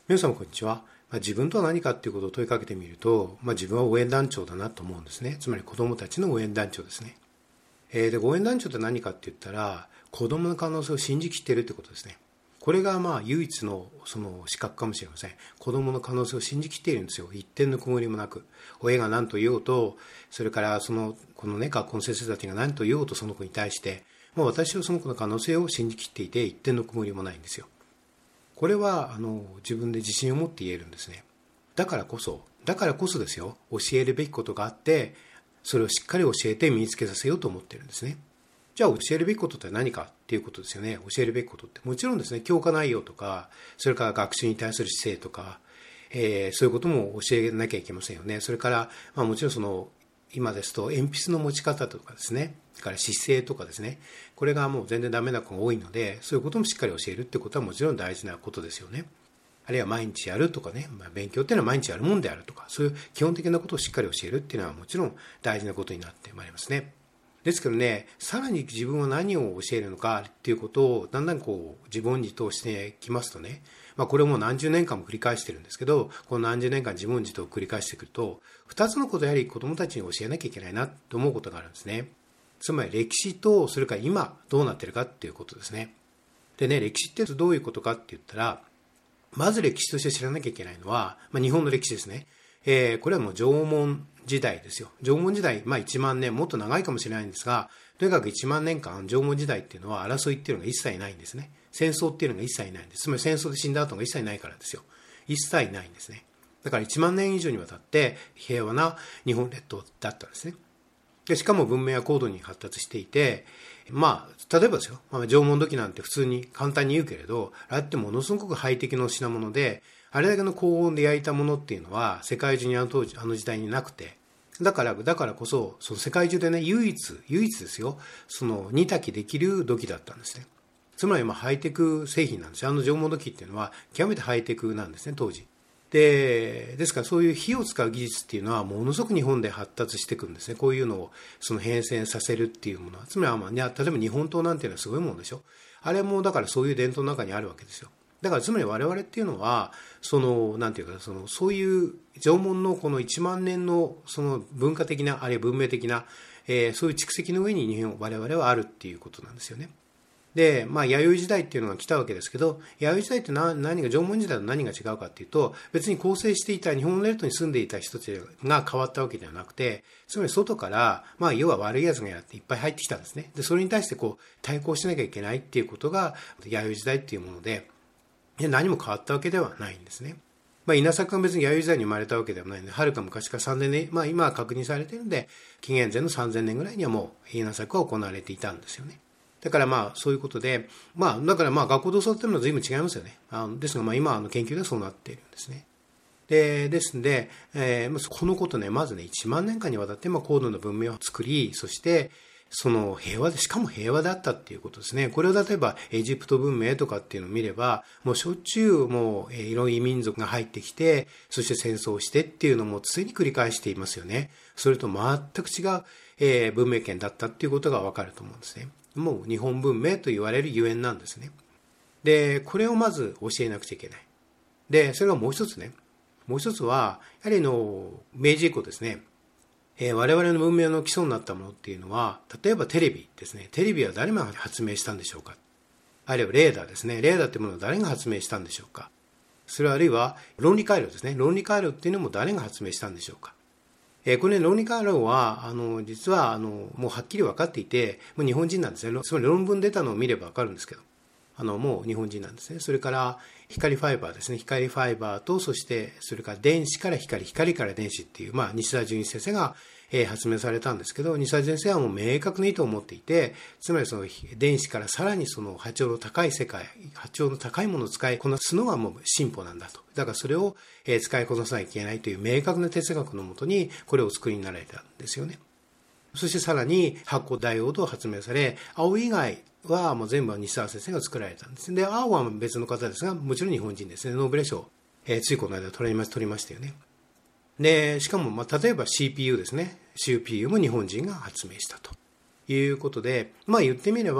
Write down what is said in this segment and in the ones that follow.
皆様こんにちは。自分とは何かっていうことを問いかけてみると、自分は応援団長だなと思うんですね。つまり子供たちの応援団長ですね。で、応援団長って何かって言ったら、子供の可能性を信じきっているってことですね。これが唯一のその資格かもしれません。子供の可能性を信じきっているんですよ。一点の曇りもなく。親が何と言おうと、それからこの学校の先生たちが何と言おうとその子に対して、私はその子の可能性を信じきっていて、一点の曇りもないんですよ。これは自分で自信を持って言えるんですね。だからこそですよ、教えるべきことがあって、それをしっかり教えて身につけさせようと思っているんですね。じゃあ教えるべきことって何かっていうことですよね。教えるべきことってもちろんですね、教科内容とか、それから学習に対する姿勢とか、そういうことも教えなきゃいけませんよね。それから、もちろん今ですと鉛筆の持ち方とかですね、それから姿勢とかですね、これがもう全然ダメな子が多いので、そういうこともしっかり教えるってことはもちろん大事なことですよね。あるいは毎日やるとかね、勉強っていうのは毎日やるもんであるとか、そういう基本的なことをしっかり教えるっていうのはもちろん大事なことになってまいりますね。ですけどね、さらに自分は何を教えるのかっていうことをだんだん自問自答してきますとね、これも何十年間も繰り返してるんですけど、この何十年間自問自答を繰り返してくると、2つのことをやはり子どもたちに教えなきゃいけないなと思うことがあるんですね。つまり歴史と、それから今どうなってるかっていうことですね。でね、歴史ってどういうことかって言ったら、まず歴史として知らなきゃいけないのは、日本の歴史ですね。これはもう縄文時代ですよ。縄文時代、1万年、もっと長いかもしれないんですが、とにかく1万年間、縄文時代っていうのは争いっていうのが一切ないんですね。戦争っていうのが一切ないんです。つまり戦争で死んだ後が一切ないからですよ。一切ないんですね。だから1万年以上にわたって平和な日本列島だったんですね。でしかも文明は高度に発達していて、例えばですよ、縄文土器なんて普通に簡単に言うけれど、あれってものすごくハイテクの品物で、あれだけの高温で焼いたものっていうのは世界中にあの時代になくて、だからこそ、その世界中でね、唯一ですよ、煮炊きできる土器だったんですね。つまりハイテク製品なんですよ。縄文土器っていうのは極めてハイテクなんですね、当時。ですからそういう火を使う技術っていうのはものすごく日本で発達していくんですね。こういうのを変遷させるっていうものは。つまり例えば日本刀なんていうのはすごいもんでしょ。あれもだからそういう伝統の中にあるわけですよ。だからつまり我々っていうのは、なんていうか、そういう縄文のこの1万年の文化的な、あるいは文明的な、そういう蓄積の上に我々はあるっていうことなんですよね。で、弥生時代っていうのが来たわけですけど、弥生時代って何が、縄文時代と何が違うかっていうと、別に構成していた日本列島に住んでいた人たちが変わったわけではなくて、つまり外から、要は悪い奴がやっていっぱい入ってきたんですね。で、それに対して対抗しなきゃいけないっていうことが、弥生時代っていうもので、何も変わったわけではないんですね。稲作が別に弥生時代に生まれたわけではないので、はるか昔から3000年、今は確認されているので、紀元前の3000年ぐらいにはもう稲作は行われていたんですよね。だからそういうことで、だから学校で教わっているのは随分違いますよね。ですが今研究ではそうなっているんですね。ですので、このことね、まずね、1万年間にわたって高度な文明を作り、そしてしかも平和だったっていうことですね。これを例えばエジプト文明とかっていうのを見れば、もうしょっちゅういろんな異民族が入ってきて、そして戦争をしてっていうのも常に繰り返していますよね。それと全く違う、文明圏だったっていうことがわかると思うんですね。もう日本文明と言われるゆえんなんですね。で、これをまず教えなくちゃいけない。で、それがもう一つね。もう一つは、やはり明治以降ですね、我々の文明の基礎になったものっていうのは、例えばテレビですね。テレビは誰が発明したんでしょうか。あるいはレーダーですね。レーダーっていうものを誰が発明したんでしょうか。それはあるいは論理回路ですね。論理回路っていうのも誰が発明したんでしょうか。これ論理回路は、実は、もうはっきり分かっていて、もう日本人なんですね。つまり論文出たのを見れば分かるんですけど、もう日本人なんですね。それから、光ファイバーですね。光ファイバーと、それから電子から光、光から電子っていう、西田純一先生が、発明されたんですけど、西田先生はもう明確な意図を持っていて、つまり電子からさらに波長の高い世界、波長の高いものを使いこなすのがもう進歩なんだと。だからそれを使いこなさなきゃいけないという明確な哲学のもとにこれをお作りになられたんですよね。そしてさらに発光ダイオードを発明され、青以外はもう全部は西澤先生が作られたんです。で、青は別の方ですが、もちろん日本人ですね。ノーベル賞、ついこの間取りましたよね。で、しかも、例えば CPU ですね。CPU も日本人が発明したということで、言ってみれば、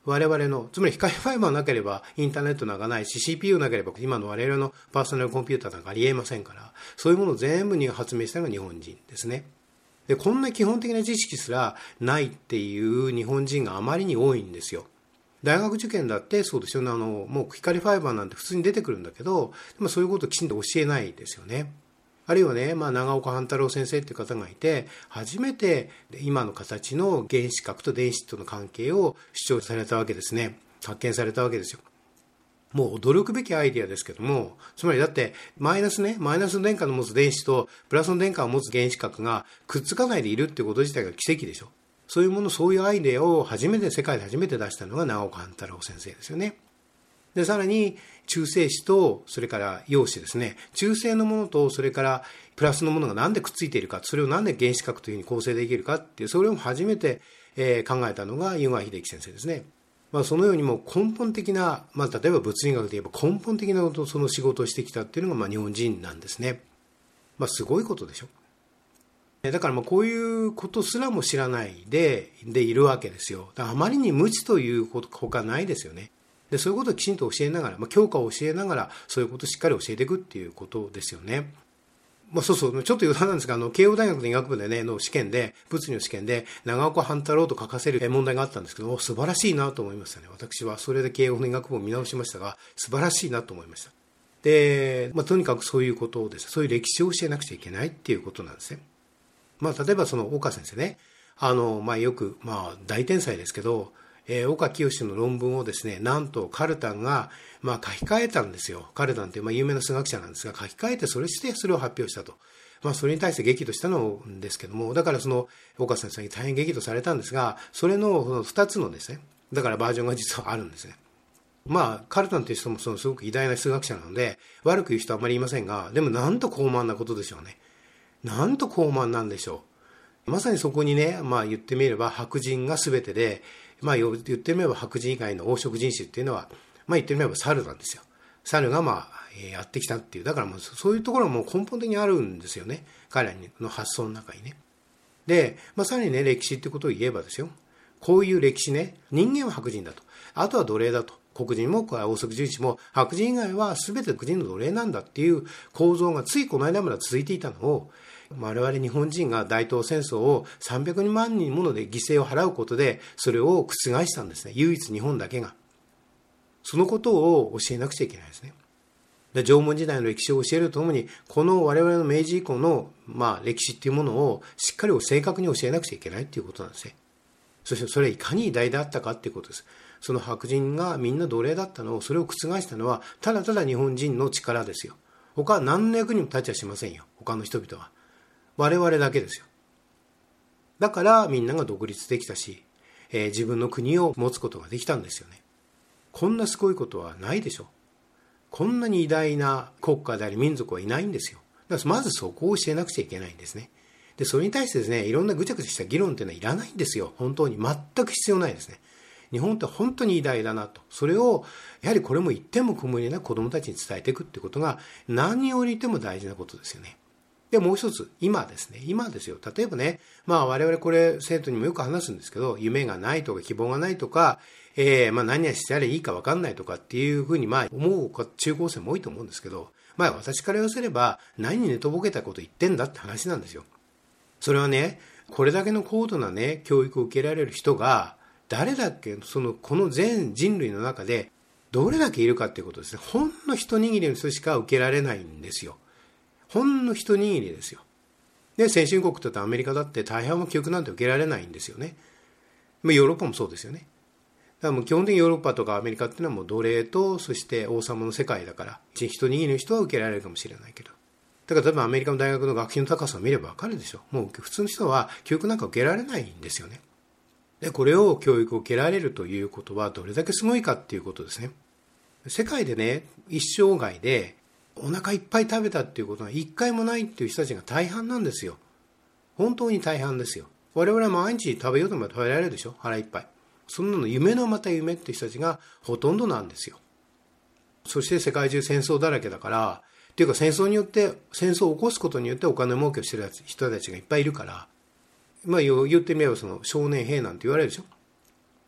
我々の、つまり光ファイバーなければインターネットなんかないし、CPU なければ今の我々のパーソナルコンピューターなんかありえませんから、そういうものを全部に発明したのが日本人ですね。で、こんな基本的な知識すらないっていう日本人があまりに多いんですよ。大学受験だってそうですよね。もう光ファイバーなんて普通に出てくるんだけど、そういうことをきちんと教えないですよね。あるいはね、長岡半太郎先生っていう方がいて、初めて今の形の原子核と電子との関係を主張されたわけですね。発見されたわけですよ。もう驚くべきアイデアですけども、つまりだってマイナスの電荷の持つ電子とプラスの電荷を持つ原子核がくっつかないでいるっていうこと自体が奇跡でしょ。そういうアイデアを世界で初めて出したのが長岡半太郎先生ですよね。で、さらに中性子とそれから陽子ですね。中性のものとそれからプラスのものがなんでくっついているか、それをなんで原子核というふうに構成できるかっていう、それを初めて考えたのが湯川秀樹先生ですね。そのようにも根本的な、例えば物理学で言えば根本的なその仕事をしてきたっていうのが日本人なんですね。すごいことでしょ。だからこういうことすらも知らないでいるわけですよ。だからあまりに無知ということ他ないですよね。で、そういうことをきちんと教えながら、教科を教えながら、そういうことをしっかり教えていくっていうことですよね。そうそう、ちょっと余談なんですが、慶応大学の医学部でね、の試験で、物理の試験で、長岡半太郎と書かせる問題があったんですけど、素晴らしいなと思いましたね。私はそれで慶応の医学部を見直しましたが、素晴らしいなと思いました。で、とにかくそういうことをですね、そういう歴史を教えなくちゃいけないっていうことなんですね。例えば岡先生ね、よく、大天才ですけど、岡清の論文をですね、なんとカルタンが、書き換えたんですよ。カルタンという有名な数学者なんですが、書き換えてそれを発表したと。それに対して激怒したのですけども、だから岡先生に大変激怒されたんですが、それの2つのですね、だからバージョンが実はあるんですね。カルタンという人もすごく偉大な数学者なので、悪く言う人はあまりいませんが、でもなんと高慢なことでしょうね。なんと高慢なんでしょう。まさにそこにね、言ってみれば白人が全てで、言ってみれば白人以外の黄色人種っていうのは、言ってみれば猿なんですよ。猿がやってきたっていう。だからそういうところはもう根本的にあるんですよね。彼らの発想の中にね。で、さらにね、歴史ってことを言えばですよ。こういう歴史ね、人間は白人だと。あとは奴隷だと。黒人も黄色人種も白人以外は全て黒人の奴隷なんだっていう構造がついこの間まで続いていたのを、我々日本人が大東戦争を300万人もので犠牲を払うことでそれを覆したんですね。唯一日本だけが。そのことを教えなくちゃいけないですね。で、縄文時代の歴史を教えるとともに、この我々の明治以降の歴史っていうものをしっかり正確に教えなくちゃいけないっていうことなんですね。そしてそれはいかに偉大であったかっていうことです。その白人がみんな奴隷だったのを、それを覆したのはただただ日本人の力ですよ。他は何の役にも立ちはしませんよ。他の人々は。我々だけですよ。だからみんなが独立できたし、自分の国を持つことができたんですよね。こんなすごいことはないでしょ。こんなに偉大な国家であり民族はいないんですよ。だからまずそこを教えなくちゃいけないんですね。で、それに対してですね、いろんなぐちゃぐちゃした議論っていうのはいらないんですよ。本当に全く必要ないですね。日本って本当に偉大だなと。それを、やはりこれも一点も曇りな子供たちに伝えていくってことが何よりでも大事なことですよね。で、もう一つ、今ですね。今ですよ。例えばね、我々これ生徒にもよく話すんですけど、夢がないとか希望がないとか、何やしたらいいか分かんないとかっていうふうに思う中高生も多いと思うんですけど、私から言わせれば何寝とぼけたこと言ってんだって話なんですよ。それはね、これだけの高度なね、教育を受けられる人が、誰だっけ、この全人類の中で、どれだけいるかっていうことですね。ほんの一握りの人しか受けられないんですよ。ほんの一握りですよ。で、先進国とアメリカだって大半は教育なんて受けられないんですよね。ヨーロッパもそうですよね。だからもう基本的にヨーロッパとかアメリカっていうのはもう奴隷と、そして王様の世界だから、一握りの人は受けられるかもしれないけど。だから例えばアメリカの大学の学費の高さを見ればわかるでしょ。もう普通の人は教育なんか受けられないんですよね。で、これを教育を受けられるということはどれだけすごいかっていうことですね。世界でね、一生涯でお腹いっぱい食べたっていうことが一回もないっていう人たちが大半なんですよ。本当に大半ですよ。我々は毎日食べようと思えば食べられるでしょ。腹いっぱい。そんなの夢のまた夢っていう人たちがほとんどなんですよ。そして世界中戦争だらけだから、っていうか戦争を起こすことによってお金儲けをしてる人たちがいっぱいいるから、言ってみれば少年兵なんて言われるでしょ。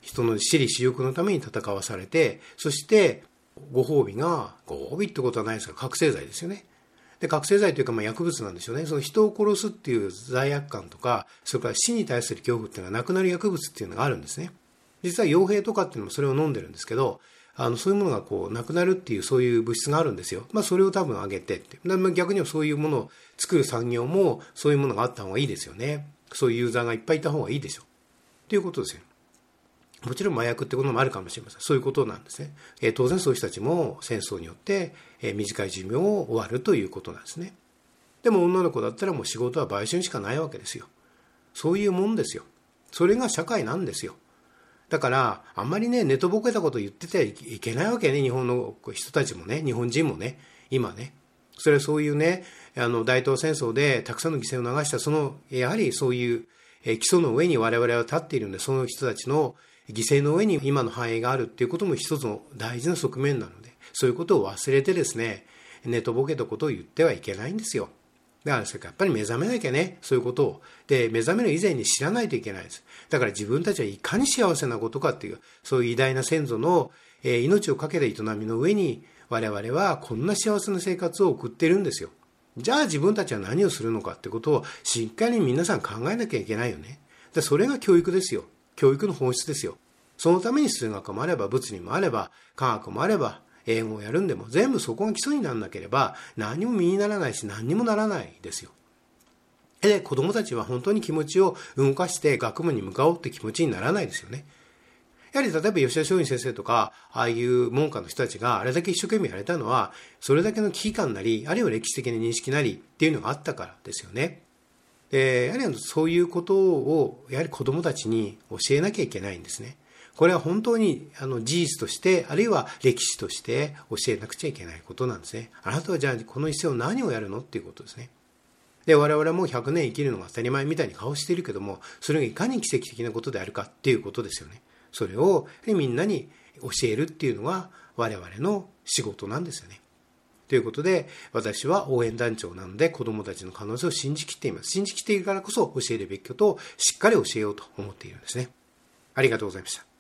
人の私利私欲のために戦わされて、そしてご褒美ってことはないですが、覚醒剤ですよね。で、覚醒剤というか薬物なんでしょうね。その人を殺すっていう罪悪感とか、それから死に対する恐怖っていうのがなくなる薬物っていうのがあるんですね。実は傭兵とかっていうのもそれを飲んでるんですけど、そういうものがなくなるっていうそういう物質があるんですよ。それを多分上げてって。逆にはそういうものを作る産業もそういうものがあった方がいいですよね。そういうユーザーがいっぱいいた方がいいでしょ。ということですよ。もちろん麻薬ってこともあるかもしれません。そういうことなんですね。当然そういう人たちも戦争によって、短い寿命を終わるということなんですね。でも女の子だったらもう仕事は売春しかないわけですよ。そういうもんですよ。それが社会なんですよ。だからあんまりね、寝とぼけたこと言っててはいけないわけね。日本の人たちもね、日本人もね、今ね。それはそういうね、大東戦争でたくさんの犠牲を流したやはりそういう基礎の上に我々は立っているんで、その人たちの犠牲の上に今の繁栄があるっていうことも一つの大事な側面なので、そういうことを忘れてですね、寝とぼけたことを言ってはいけないんですよ。だからそれからやっぱり目覚めなきゃね、そういうことを。で、目覚める以前に知らないといけないです。だから自分たちはいかに幸せなことかっていう、そういう偉大な先祖の命を懸けた営みの上に、我々はこんな幸せな生活を送っているんですよ。じゃあ自分たちは何をするのかってことをしっかり皆さん考えなきゃいけないよね。それが教育ですよ。教育の本質ですよ。そのために数学もあれば物理もあれば科学もあれば英語をやるんでも全部そこが基礎にならなければ何も身にならないし何にもならないですよ。で、子供たちは本当に気持ちを動かして学問に向かおうって気持ちにならないですよね。やはり例えば吉田松陰先生とかああいう門下の人たちがあれだけ一生懸命やれたのはそれだけの危機感なりあるいは歴史的な認識なりっていうのがあったからですよね。やはりそういうことをやはり子供たちに教えなきゃいけないんですね。これは本当に事実としてあるいは歴史として教えなくちゃいけないことなんですね。あなたはじゃあこの一世を何をやるのっていうことですね。で、我々はもう100年生きるのが当たり前みたいに顔しているけども、それがいかに奇跡的なことであるかっていうことですよね。それをみんなに教えるっていうのが我々の仕事なんですよね。ということで、私は応援団長なので子どもたちの可能性を信じきっています。信じきっているからこそ教えるべきことをしっかり教えようと思っているんですね。ありがとうございました。